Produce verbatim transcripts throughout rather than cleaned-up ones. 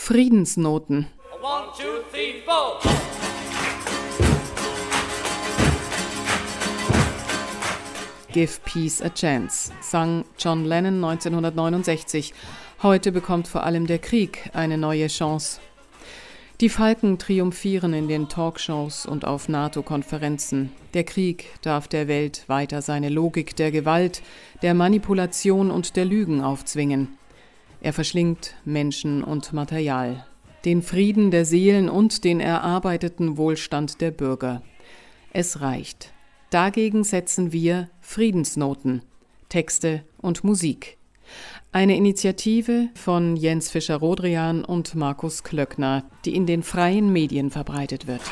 Friedensnoten. One, two, three, four. Give Peace a Chance, sang John Lennon neunzehnhundertneunundsechzig. Heute bekommt vor allem der Krieg eine neue Chance. Die Falken triumphieren in den Talkshows und auf NATO-Konferenzen. Der Krieg darf der Welt weiter seine Logik der Gewalt, der Manipulation und der Lügen aufzwingen. Er verschlingt Menschen und Material, den Frieden der Seelen und den erarbeiteten Wohlstand der Bürger. Es reicht. Dagegen setzen wir Friedensnoten, Texte und Musik. Eine Initiative von Jens Fischer-Rodrian und Markus Klöckner, die in den freien Medien verbreitet wird.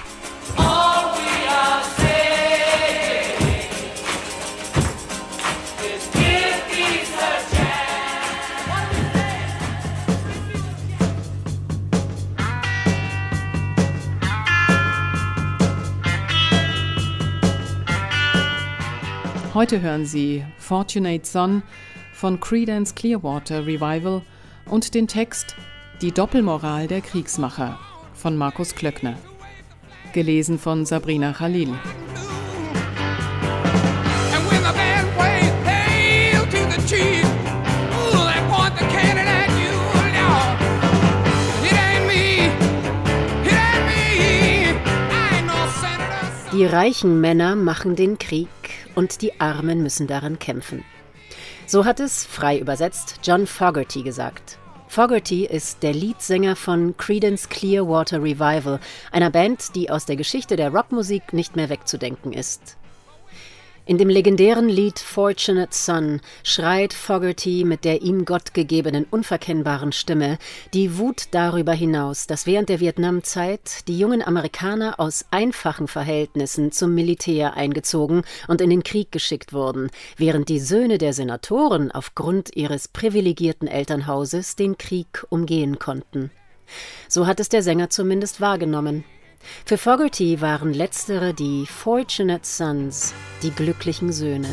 Heute hören Sie Fortunate Son von Creedence Clearwater Revival und den Text Die Doppelmoral der Kriegsmacher von Markus Klöckner. Gelesen von Sabrina Khalil. Die reichen Männer machen den Krieg und die Armen müssen daran kämpfen. So hat es, frei übersetzt, John Fogerty gesagt. Fogerty ist der Leadsänger von Creedence Clearwater Revival, einer Band, die aus der Geschichte der Rockmusik nicht mehr wegzudenken ist. In dem legendären Lied Fortunate Son schreit Fogerty mit der ihm Gott gegebenen unverkennbaren Stimme die Wut darüber hinaus, dass während der Vietnamzeit die jungen Amerikaner aus einfachen Verhältnissen zum Militär eingezogen und in den Krieg geschickt wurden, während die Söhne der Senatoren aufgrund ihres privilegierten Elternhauses den Krieg umgehen konnten. So hat es der Sänger zumindest wahrgenommen. Für Fogerty waren letztere die Fortunate Sons, die glücklichen Söhne.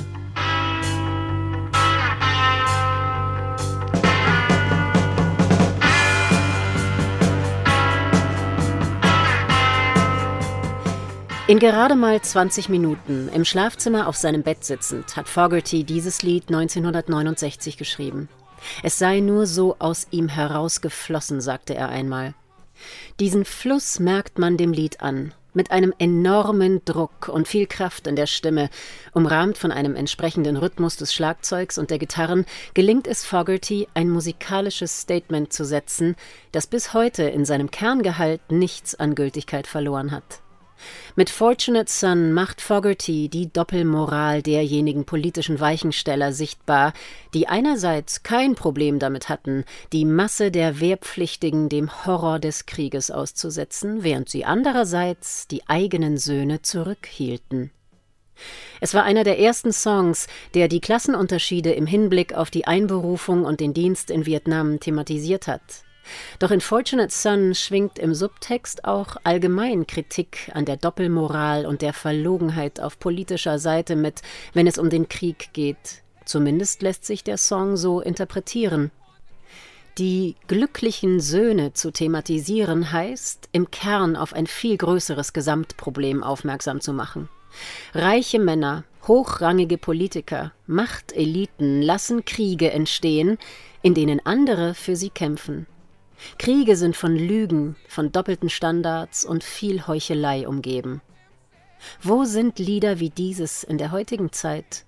In gerade mal zwanzig Minuten, im Schlafzimmer auf seinem Bett sitzend, hat Fogerty dieses Lied neunzehnhundertneunundsechzig geschrieben. Es sei nur so aus ihm herausgeflossen, sagte er einmal. Diesen Fluss merkt man dem Lied an, mit einem enormen Druck und viel Kraft in der Stimme, umrahmt von einem entsprechenden Rhythmus des Schlagzeugs und der Gitarren, gelingt es Fogerty, ein musikalisches Statement zu setzen, das bis heute in seinem Kerngehalt nichts an Gültigkeit verloren hat. Mit Fortunate Son macht Fogerty die Doppelmoral derjenigen politischen Weichensteller sichtbar, die einerseits kein Problem damit hatten, die Masse der Wehrpflichtigen dem Horror des Krieges auszusetzen, während sie andererseits die eigenen Söhne zurückhielten. Es war einer der ersten Songs, der die Klassenunterschiede im Hinblick auf die Einberufung und den Dienst in Vietnam thematisiert hat. Doch in Fortunate Son schwingt im Subtext auch allgemein Kritik an der Doppelmoral und der Verlogenheit auf politischer Seite mit, wenn es um den Krieg geht. Zumindest lässt sich der Song so interpretieren. Die glücklichen Söhne zu thematisieren heißt, im Kern auf ein viel größeres Gesamtproblem aufmerksam zu machen. Reiche Männer, hochrangige Politiker, Machteliten lassen Kriege entstehen, in denen andere für sie kämpfen. Kriege sind von Lügen, von doppelten Standards und viel Heuchelei umgeben. Wo sind Lieder wie dieses in der heutigen Zeit?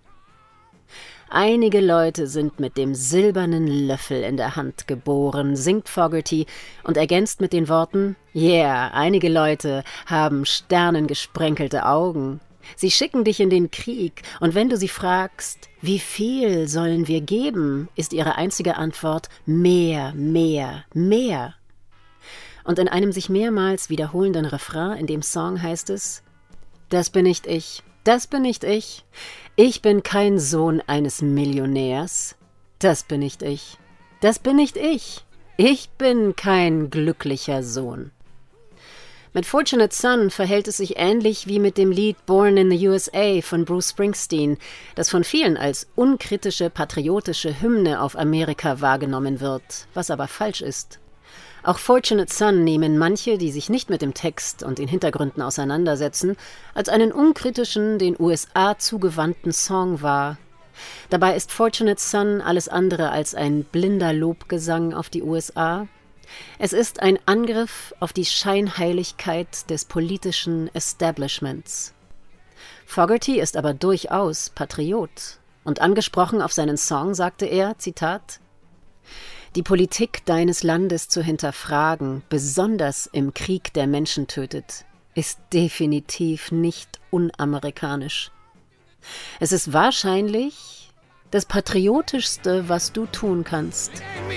Einige Leute sind mit dem silbernen Löffel in der Hand geboren, singt Fogerty und ergänzt mit den Worten: Yeah, einige Leute haben sternengesprenkelte Augen. Sie schicken dich in den Krieg, und wenn du sie fragst, wie viel sollen wir geben, ist ihre einzige Antwort: mehr, mehr, mehr. Und in einem sich mehrmals wiederholenden Refrain in dem Song heißt es: Das bin nicht ich, das bin nicht ich, ich bin kein Sohn eines Millionärs, das bin nicht ich, das bin nicht ich, ich bin kein glücklicher Sohn. Mit Fortunate Son verhält es sich ähnlich wie mit dem Lied Born in the U S A von Bruce Springsteen, das von vielen als unkritische, patriotische Hymne auf Amerika wahrgenommen wird, was aber falsch ist. Auch Fortunate Son nehmen manche, die sich nicht mit dem Text und den Hintergründen auseinandersetzen, als einen unkritischen, den U S A zugewandten Song wahr. Dabei ist Fortunate Son alles andere als ein blinder Lobgesang auf die U S A. Es ist ein Angriff auf die Scheinheiligkeit des politischen Establishments. Fogerty ist aber durchaus Patriot. Und angesprochen auf seinen Song sagte er, Zitat, »Die Politik deines Landes zu hinterfragen, besonders im Krieg, der Menschen tötet, ist definitiv nicht unamerikanisch. Es ist wahrscheinlich das Patriotischste, was du tun kannst.«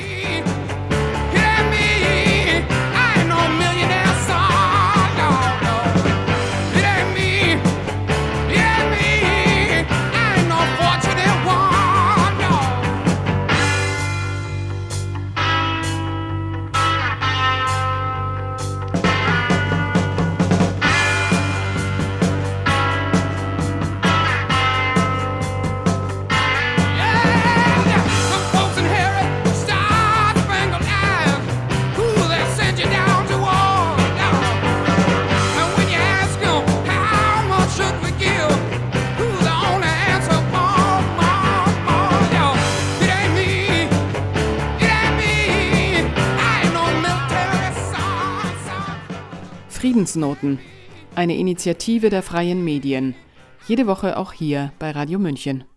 Friedensnoten, eine Initiative der Freien Medien. Jede Woche auch hier bei Radio München.